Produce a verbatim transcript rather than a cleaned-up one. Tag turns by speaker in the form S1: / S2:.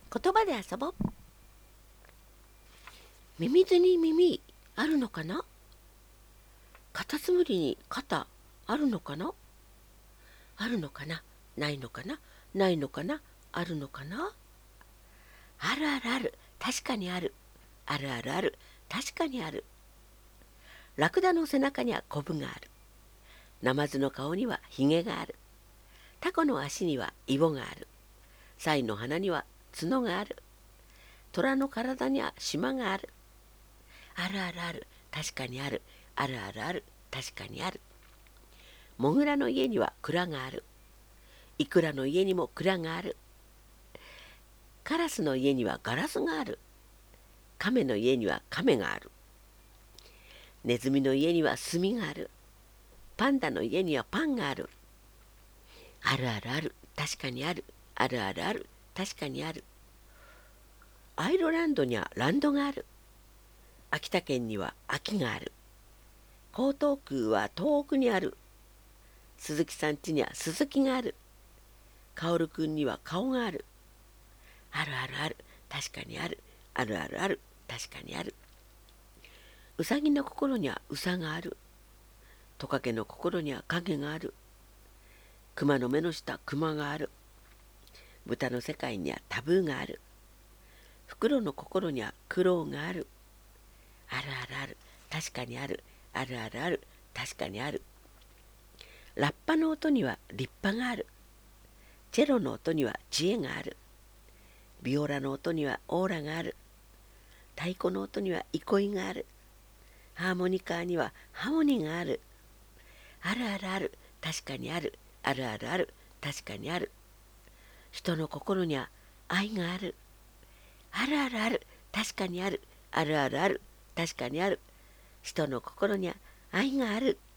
S1: 言葉で遊ぼう。ミミズに耳あるのかな。カタツムリに肩あるのかな。あるのかな、ないのかな、ないのかな、あるのかな。あるあるある、確かにある。あるあるある、確かにある。ラクダの背中にはコブがある。ナマズの顔にはヒゲがある。タコの足にはイボがある。サイの鼻には角がある。虎の体には島がある。あるあるある、確かにある。あるあるある、確かにある。モグラの家には蔵がある。イクラの家にも蔵がある。カラスの家にはガラスがある。カメの家にはカメがある。ネズミの家には炭がある。パンダの家にはパンがある。あるあるある、確かにある。あるあるある、確かにある。アイルランドにはランドがある。秋田県には秋がある。江東区は東北にある。鈴木さん家には鈴木がある。カオルくんには顔がある。あるあるある、確かにある。あるあるある、確かにある。うさぎの心にはうさがある。トカゲの心には影がある。熊の目の下熊がある。豚の世界にはタブーがある。フクロウの心には苦労がある。あるあるある、確かにある。あるあるある、確かにある。ラッパの音には立派がある。チェロの音には知恵がある。ビオラの音にはオーラがある。太鼓の音には憩いがある。ハーモニカにはハーモニーがある。あるあるある、確かにある。あるあるある、確かにある。人の心には愛がある。あるあるある、確かにある。あるあるある、確かにある。人の心には愛がある。